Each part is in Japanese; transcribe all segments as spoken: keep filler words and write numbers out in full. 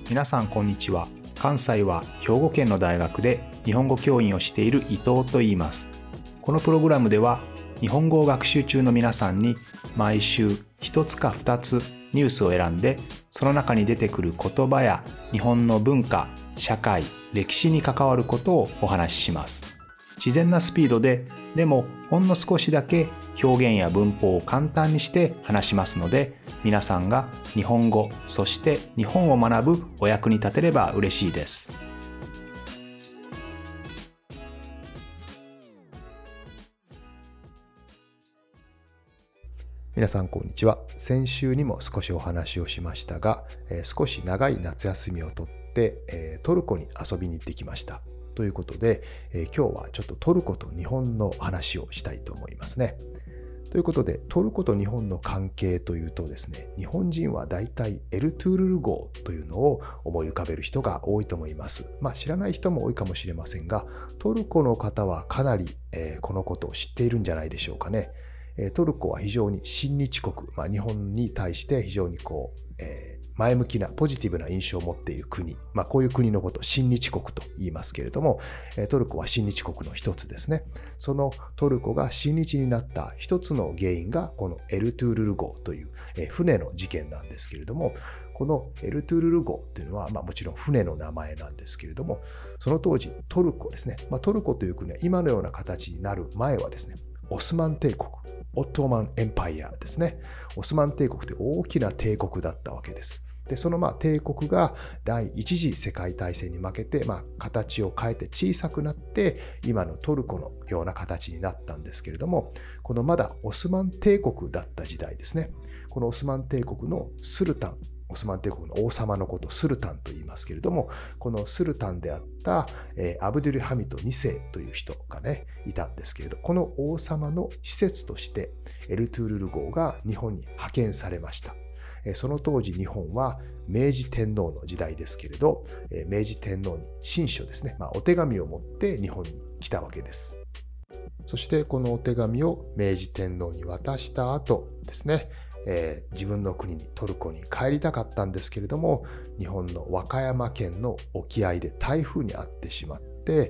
皆さんこんにちは。関西は兵庫県の大学で日本語教員をしている伊藤と言います。このプログラムでは日本語を学習中の皆さんに毎週一つか二つニュースを選んで、その中に出てくる言葉や日本の文化、社会、歴史に関わることをお話しします。自然なスピードで、でもほんの少しだけ表現や文法を簡単にして話しますので、皆さんが日本語、そして日本を学ぶお役に立てれば嬉しいです。皆さんこんにちは。先週にも少しお話をしましたが、えー、少し長い夏休みをとって、えー、トルコに遊びに行ってきました。ということで、えー、今日はちょっとトルコと日本の話をしたいと思いますね。ということで、トルコと日本の関係というとですね、日本人はだいたいエルトゥールル号というのを思い浮かべる人が多いと思います。まあ知らない人も多いかもしれませんが、トルコの方はかなり、えー、このことを知っているんじゃないでしょうかね。トルコは非常に親日国、まあ、日本に対して非常にこう、えー、前向きなポジティブな印象を持っている国、まあ、こういう国のことを親日国と言いますけれども、トルコは親日国の一つですね。そのトルコが親日になった一つの原因がこのエルトゥールル号という船の事件なんですけれども、このエルトゥールル号というのは、まあ、もちろん船の名前なんですけれども、その当時トルコですね、まあ、トルコという国は今のような形になる前はですね、オスマン帝国、オットマンエンパイアですね。オスマン帝国って大きな帝国だったわけです。で、そのまあ帝国が第一次世界大戦に負けて、まあ形を変えて小さくなって、今のトルコのような形になったんですけれども、このまだオスマン帝国だった時代ですね。このオスマン帝国のスルタン、オスマン帝国の王様のことをスルタンと言いますけれども、このスルタンであった、えー、アブドゥルハミドにせいという人がね、いたんですけれど、この王様の施設としてエルトゥールル号が日本に派遣されました。えー、その当時日本は明治天皇の時代ですけれど、えー、明治天皇に親書ですね、まあ、お手紙を持って日本に来たわけです。そしてこのお手紙を明治天皇に渡した後ですね、えー、自分の国にトルコに帰りたかったんですけれども、日本の和歌山県の沖合で台風に遭ってしまって、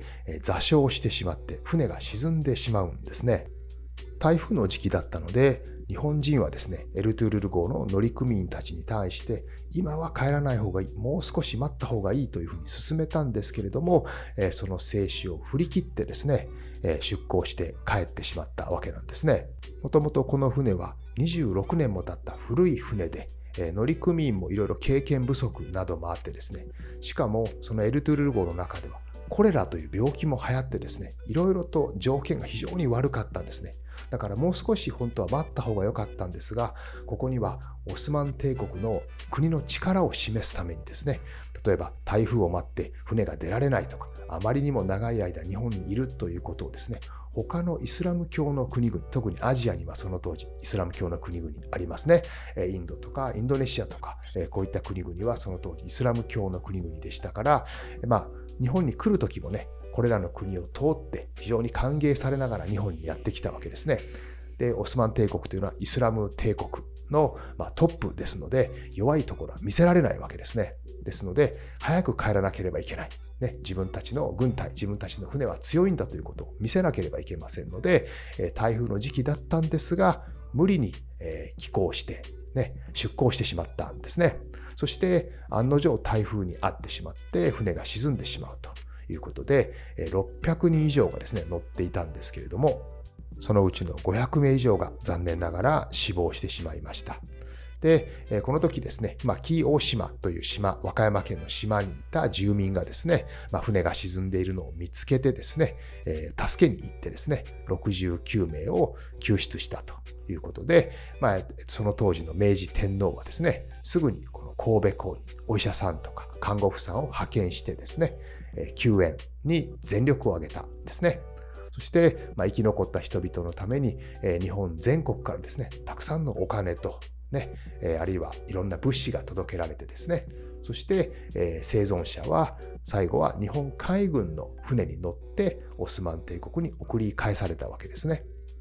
えー、座礁してしまって船が沈んでしまうんですね。台風の時期だったので、日本人はですね、エルトゥールル号の乗組員たちに対して、今は帰らない方がいい、もう少し待った方がいいというふうに勧めたんですけれども、えー、その制止を振り切ってですね、出港して帰ってしまったわけなんですね。もともとこの船はにじゅうろくねんも経った古い船で、乗組員もいろいろ経験不足などもあってですね、しかもそのエルトゥールル号の中ではコレラという病気も流行ってですね、いろいろと条件が非常に悪かったんですね。だからもう少し本当は待った方が良かったんですが、ここにはオスマン帝国の国の力を示すためにですね、例えば台風を待って船が出られないとか、あまりにも長い間日本にいるということをですね、他のイスラム教の国々、特にアジアにはその当時イスラム教の国々ありますね。インドとかインドネシアとか、こういった国々はその当時イスラム教の国々でしたから、まあ日本に来る時もね、これらの国を通って非常に歓迎されながら日本にやってきたわけですね。で、オスマン帝国というのはイスラム帝国の、まあ、トップですので、弱いところは見せられないわけですね。ですので、早く帰らなければいけない。ね、自分たちの軍隊、自分たちの船は強いんだということを見せなければいけませんので、台風の時期だったんですが、無理に寄港して、ね、出港してしまったんですね。そして案の定台風に遭ってしまって船が沈んでしまうということで、ろっぴゃくにん以上がですね、乗っていたんですけれども、そのうちのごひゃくめい以上が残念ながら死亡してしまいました。で、この時ですね、まあ、紀伊大島という島、和歌山県の島にいた住民がですね、まあ、船が沈んでいるのを見つけてですね、えー、助けに行ってですね、ろくじゅうきゅうめいを救出したということで、まあ、その当時の明治天皇はですね、すぐにこの神戸港にお医者さんとか看護婦さんを派遣してですね、救援に全力を挙げたんですね。そして、まあ、生き残った人々のために、えー、日本全国からですね、たくさんのお金と、ね、えー、あるいはいろんな物資が届けられてですね、そして、えー、生存者は最後は日本海軍の船に乗ってオスマン帝国に送り返されたわけですね。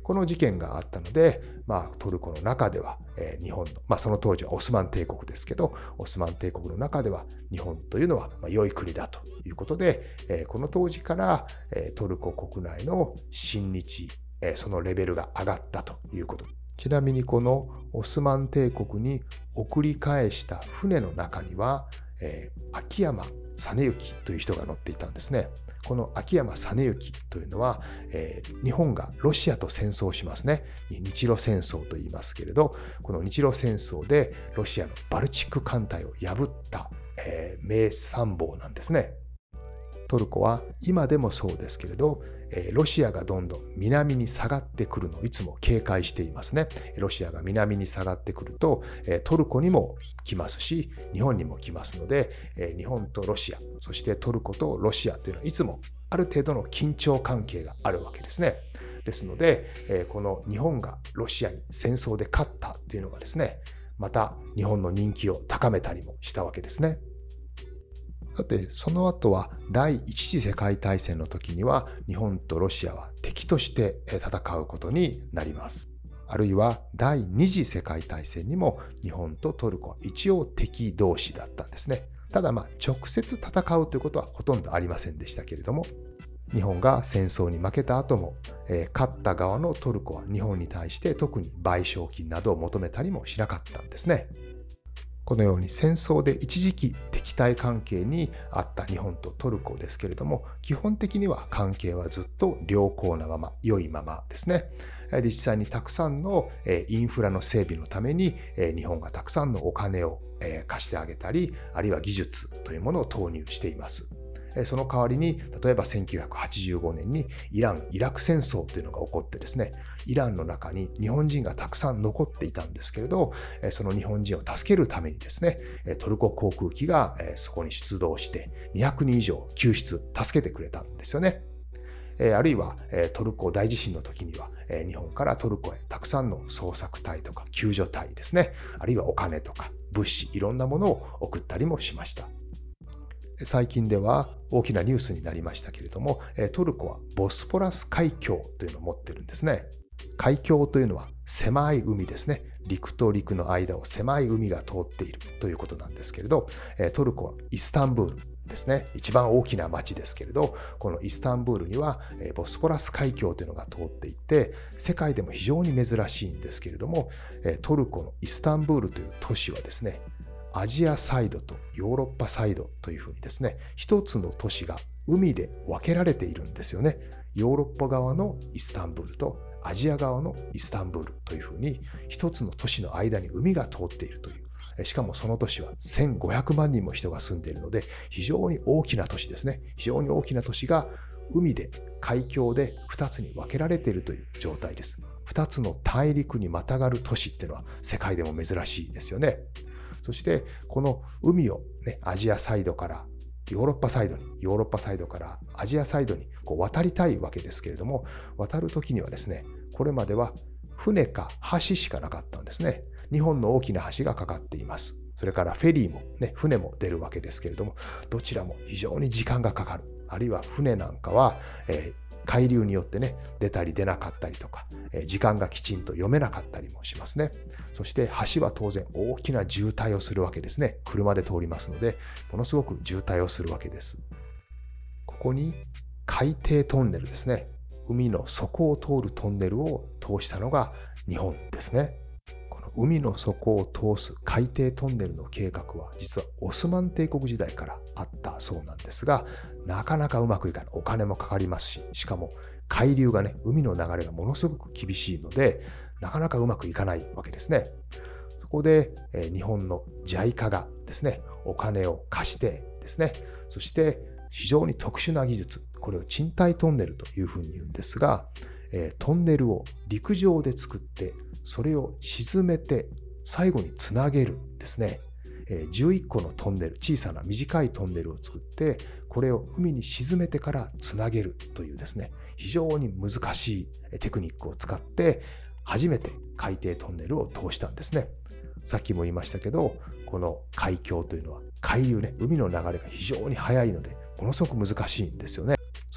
この事件があったので、まあ、トルコの中では、えー、日本の、まあ、その当時はオスマン帝国ですけど、オスマン帝国の中では日本というのはまあ良い国だということで、えー、この当時から、えー、トルコ国内の親日、えー、そのレベルが上がったということ。ちなみにこのオスマン帝国に送り返した船の中には、えー、秋山実之という人が乗っていたんですね。この秋山実之というのは、えー、日本がロシアと戦争しますね。日露戦争と言いますけれど、この日露戦争でロシアのバルチック艦隊を破った、えー、名参謀なんですね。トルコは今でもそうですけれど、ロシアがどんどん南に下がってくるのをいつも警戒していますね。ロシアが南に下がってくると、トルコにも来ますし、日本にも来ますので、日本とロシア、そしてトルコとロシアというのはいつもある程度の緊張関係があるわけですね。ですので、この日本がロシアに戦争で勝ったというのがですね、また日本の人気を高めたりもしたわけですね。さて、その後は第一次世界大戦の時には日本とロシアは敵として戦うことになります。あるいは第二次世界大戦にも日本とトルコは一応敵同士だったんですね。ただまあ直接戦うということはほとんどありませんでしたけれども、日本が戦争に負けた後も、えー、勝った側のトルコは日本に対して特に賠償金などを求めたりもしなかったんですね。このように戦争で一時期敵対関係にあった日本とトルコですけれども、基本的には関係はずっと良好なまま、良いままですね。実際にたくさんのインフラの整備のために日本がたくさんのお金を貸してあげたり、あるいは技術というものを投入しています。その代わりに、例えばせんきゅうひゃくはちじゅうごねんにイラン・イラク戦争というのが起こってですね、イランの中に日本人がたくさん残っていたんですけれど、その日本人を助けるためにですね、トルコ航空機がそこに出動してにひゃくにん以上救出、助けてくれたんですよね。あるいはトルコ大地震の時には日本からトルコへたくさんの捜索隊とか救助隊ですね、あるいはお金とか物資、いろんなものを送ったりもしました。最近では大きなニュースになりましたけれども、トルコはボスポラス海峡というのを持ってるんですね。海峡というのは狭い海ですね。陸と陸の間を狭い海が通っているということなんですけれど、トルコはイスタンブールですね。一番大きな町ですけれど、このイスタンブールにはボスポラス海峡というのが通っていて、世界でも非常に珍しいんですけれども、トルコのイスタンブールという都市はですね、アジアサイドとヨーロッパサイドというふうにですね、一つの都市が海で分けられているんですよね。ヨーロッパ側のイスタンブールとアジア側のイスタンブールというふうに、一つの都市の間に海が通っているという。しかもその都市はせんごひゃくまんにんも人が住んでいるので、非常に大きな都市ですね。非常に大きな都市が海で、海峡でふたつに分けられているという状態です。ふたつの大陸にまたがる都市っていうのは世界でも珍しいですよね。そしてこの海を、ね、アジアサイドからヨーロッパサイドに、ヨーロッパサイドからアジアサイドにこう渡りたいわけですけれども、渡るときにはですね、これまでは船か橋しかなかったんですね。にほんの大きな橋がかかっています。それからフェリーも、ね、船も出るわけですけれども、どちらも非常に時間がかかる。あるいは船なんかは、えー海流によってね、出たり出なかったりとか、時間がきちんと読めなかったりもしますね。そして橋は当然大きな渋滞をするわけですね。車で通りますので、ものすごく渋滞をするわけです。ここに海底トンネルですね。海の底を通るトンネルを通したのが日本ですね。この海の底を通す海底トンネルの計画は実はオスマン帝国時代からあったそうなんですが、なかなかうまくいかない。お金もかかりますし、しかも海流がね、海の流れがものすごく厳しいので、なかなかうまくいかないわけですね。そこで、えー、日本のジャイカがですね、お金を貸してですね、そして非常に特殊な技術、これを賃貸トンネルというふうに言うんですが、えー、トンネルを陸上で作って、それを沈めて最後につなげるんですね。じゅういっこのトンネル、小さな短いトンネルを作って、これを海に沈めてからつなげるというですね、非常に難しいテクニックを使って初めて海底トンネルを通したんですね。さっきも言いましたけど、この海峡というのは海流ね、海の流れが非常に速いのでものすごく難しいんですよね。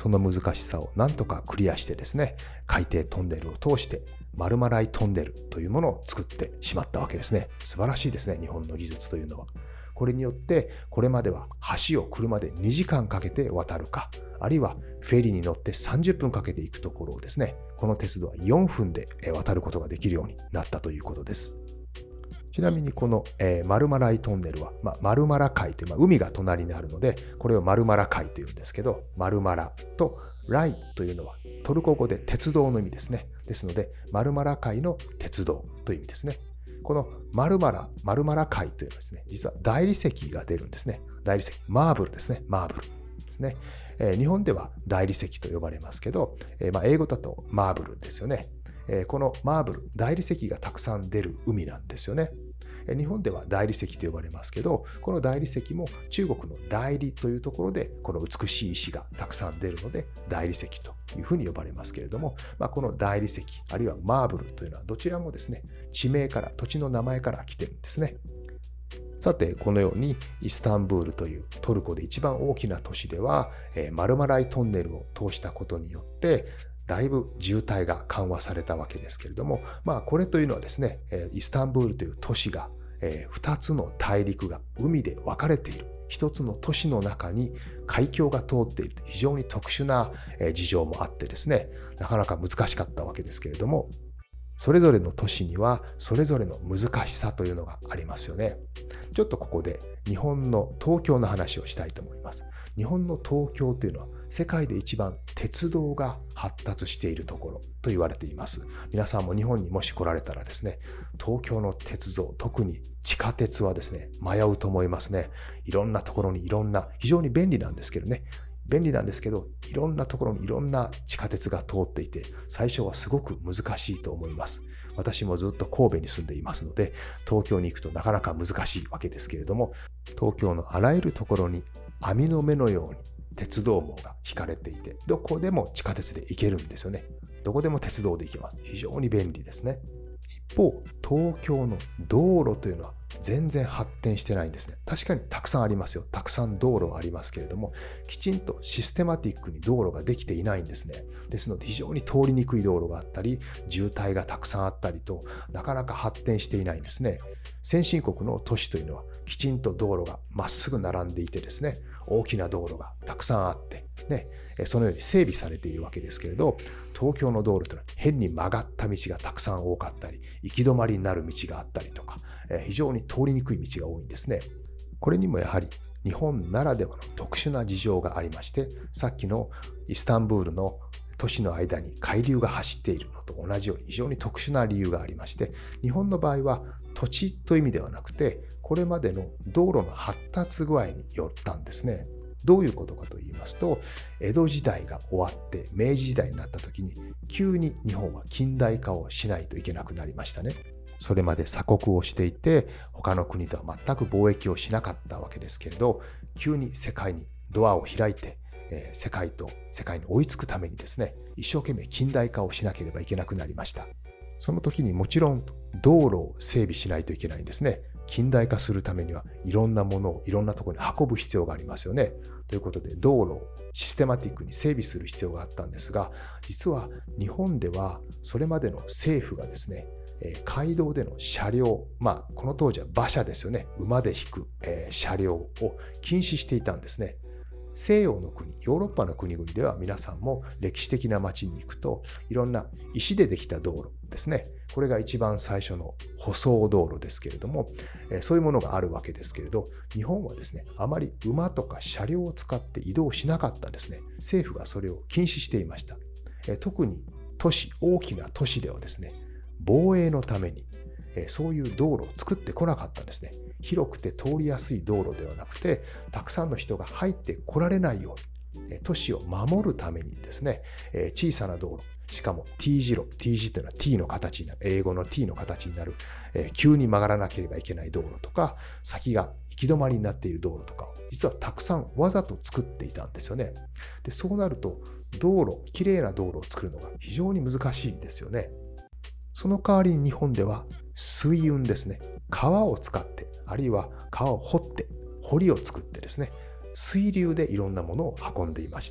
その難しさをなんとかクリアしてですね、海底トンネルを通してマルマライトンネルというものを作ってしまったわけですね。素晴らしいですね、日本の技術というのは。これによって、これまでは橋を車でにじかんかけて渡るか、あるいはフェリーに乗ってさんじゅっぷんかけて行くところをですね、この鉄道はよんぷんで渡ることができるようになったということです。ちなみにこの、えー、マルマライトンネルは、まあ、マルマラ海という、まあ、海が隣にあるので、これをマルマラ海というんですけど、マルマラとライというのはトルコ語で鉄道の意味ですね。ですので、マルマラ海の鉄道という意味ですね。このマルマラ、マルマラ海というのはですね、実は大理石が出るんですね。大理石、マーブルですね。マーブルですね。えー、日本では大理石と呼ばれますけど、えーまあ、英語だとマーブルですよね。えー、このマーブル、大理石がたくさん出る海なんですよね。日本では大理石と呼ばれますけど、この大理石も中国の大理というところでこの美しい石がたくさん出るので大理石というふうに呼ばれますけれども、まあ、この大理石あるいはマーブルというのはどちらもですね、地名から土地の名前から来てるんですね。さて、このようにイスタンブールというトルコで一番大きな都市ではマルマライトンネルを通したことによってだいぶ渋滞が緩和されたわけですけれども、まあこれというのはですね、イスタンブールという都市がふたつの大陸が海で分かれている、ひとつの都市の中に海峡が通っている非常に特殊な事情もあってですね、なかなか難しかったわけですけれども、それぞれの都市にはそれぞれの難しさというのがありますよね。ちょっとここで日本の東京の話をしたいと思います。日本の東京というのは世界で一番鉄道が発達しているところと言われています。皆さんも日本にもし来られたらですね、東京の鉄道、特に地下鉄はですね、迷うと思いますね。いろんなところにいろんな、非常に便利なんですけどね、便利なんですけど、いろんなところにいろんな地下鉄が通っていて、最初はすごく難しいと思います。私もずっと神戸に住んでいますので、東京に行くとなかなか難しいわけですけれども、東京のあらゆるところに網の目のように鉄道網が引かれていて、どこでも地下鉄で行けるんですよね。どこでも鉄道で行けます。非常に便利ですね。一方、東京の道路というのは全然発展してないんですね。確かにたくさんありますよ。たくさん道路はありますけれども、きちんとシステマティックに道路ができていないんですね。ですので非常に通りにくい道路があったり、渋滞がたくさんあったりと、なかなか発展していないんですね。先進国の都市というのはきちんと道路がまっすぐ並んでいてですね、大きな道路がたくさんあって、ね、そのように整備されているわけですけれど、東京の道路というのは変に曲がった道がたくさん多かったり、行き止まりになる道があったりとか、非常に通りにくい道が多いんですね。これにもやはり日本ならではの特殊な事情がありまして、さっきのイスタンブールの都市の間に海流が走っているのと同じように非常に特殊な理由がありまして、日本の場合は土地という意味ではなくて、これまでの道路の発達具合によったんですね。どういうことかと言いますと、江戸時代が終わって明治時代になった時に急に日本は近代化をしないといけなくなりましたね。それまで鎖国をしていて他の国とは全く貿易をしなかったわけですけれど、急に世界にドアを開いて、えー、世界と世界に追いつくためにですね、一生懸命近代化をしなければいけなくなりました。その時にもちろん道路を整備しないといけないんですね。近代化するためにはいろんなものをいろんなところに運ぶ必要がありますよね。ということで道路をシステマティックに整備する必要があったんですが、実は日本ではそれまでの政府がですね、街道での車両、まあこの当時は馬車ですよね、馬で引く、えー、車両を禁止していたんですね。西洋の国、ヨーロッパの国々では皆さんも歴史的な街に行くといろんな石でできた道路ですね。これが一番最初の舗装道路ですけれども、そういうものがあるわけですけれど、日本はですね、あまり馬とか車両を使って移動しなかったですね。政府がそれを禁止していました。特に都市、大きな都市ではですね、防衛のためにそういう道路を作ってこなかったんですね。広くて通りやすい道路ではなくて、たくさんの人が入ってこられないように、都市を守るためにですね、小さな道路、しかも T 字路、T 字というのは T の形になる、英語の T の形になる、急に曲がらなければいけない道路とか、先が行き止まりになっている道路とかを、実はたくさんわざと作っていたんですよね。で、そうなると、道路、きれいな道路を作るのが非常に難しいですよね。その代わりに日本では水運ですね。川を使って、あるいは川を掘って、堀を作ってですね、水流でいろんなものを運んでいました。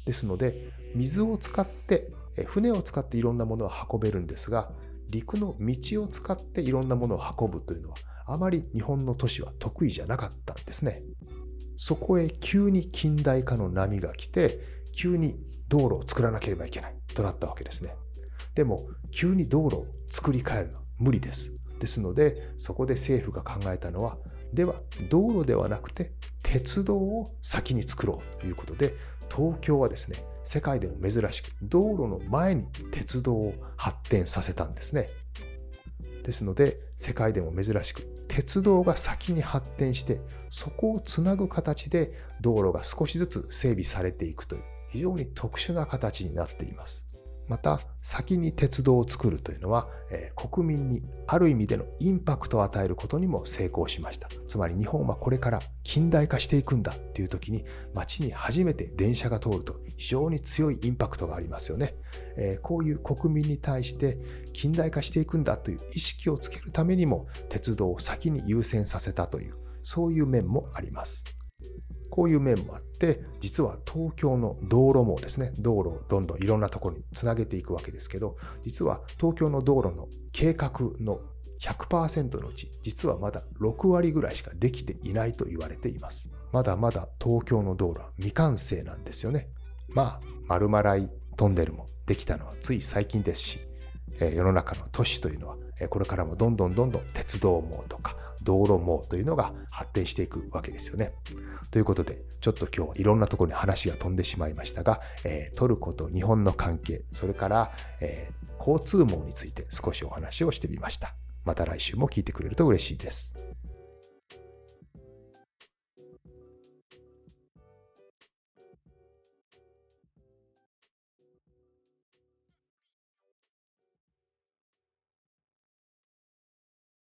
ですので、水を使って、船を使っていろんなものを運べるんですが、陸の道を使っていろんなものを運ぶというのは、あまり日本の都市は得意じゃなかったんですね。そこへ急に近代化の波が来て、急に道路を作らなければいけないとなったわけですね。でも、急に道路を作り変えるのは無理です。ですので、そこで政府が考えたのは、では道路ではなくて鉄道を先に作ろうということで、東京はですね、世界でも珍しく道路の前に鉄道を発展させたんですね。ですので、世界でも珍しく鉄道が先に発展して、そこをつなぐ形で道路が少しずつ整備されていくという非常に特殊な形になっています。また、先に鉄道を作るというのは、えー、国民にある意味でのインパクトを与えることにも成功しました。つまり日本はこれから近代化していくんだという時に、街に初めて電車が通ると非常に強いインパクトがありますよね。えー、こういう国民に対して近代化していくんだという意識をつけるためにも、鉄道を先に優先させたという、そういう面もあります。こういう面もあって、実は東京の道路網ですね、道路をどんどんいろんなところにつなげていくわけですけど、実は東京の道路の計画の ひゃくパーセント のうち、実はまだろくわりぐらいしかできていないと言われています。まだまだ東京の道路は未完成なんですよね。まあ、丸マライトンネルもできたのはつい最近ですし、世の中の都市というのは、これからもどんどんどんどん鉄道網とか道路網というのが発展していくわけですよね。ということで、ちょっと今日はいろんなところに話が飛んでしまいましたが、えー、トルコと日本の関係、それから、えー、交通網について少しお話をしてみました。また来週も聞いてくれると嬉しいです。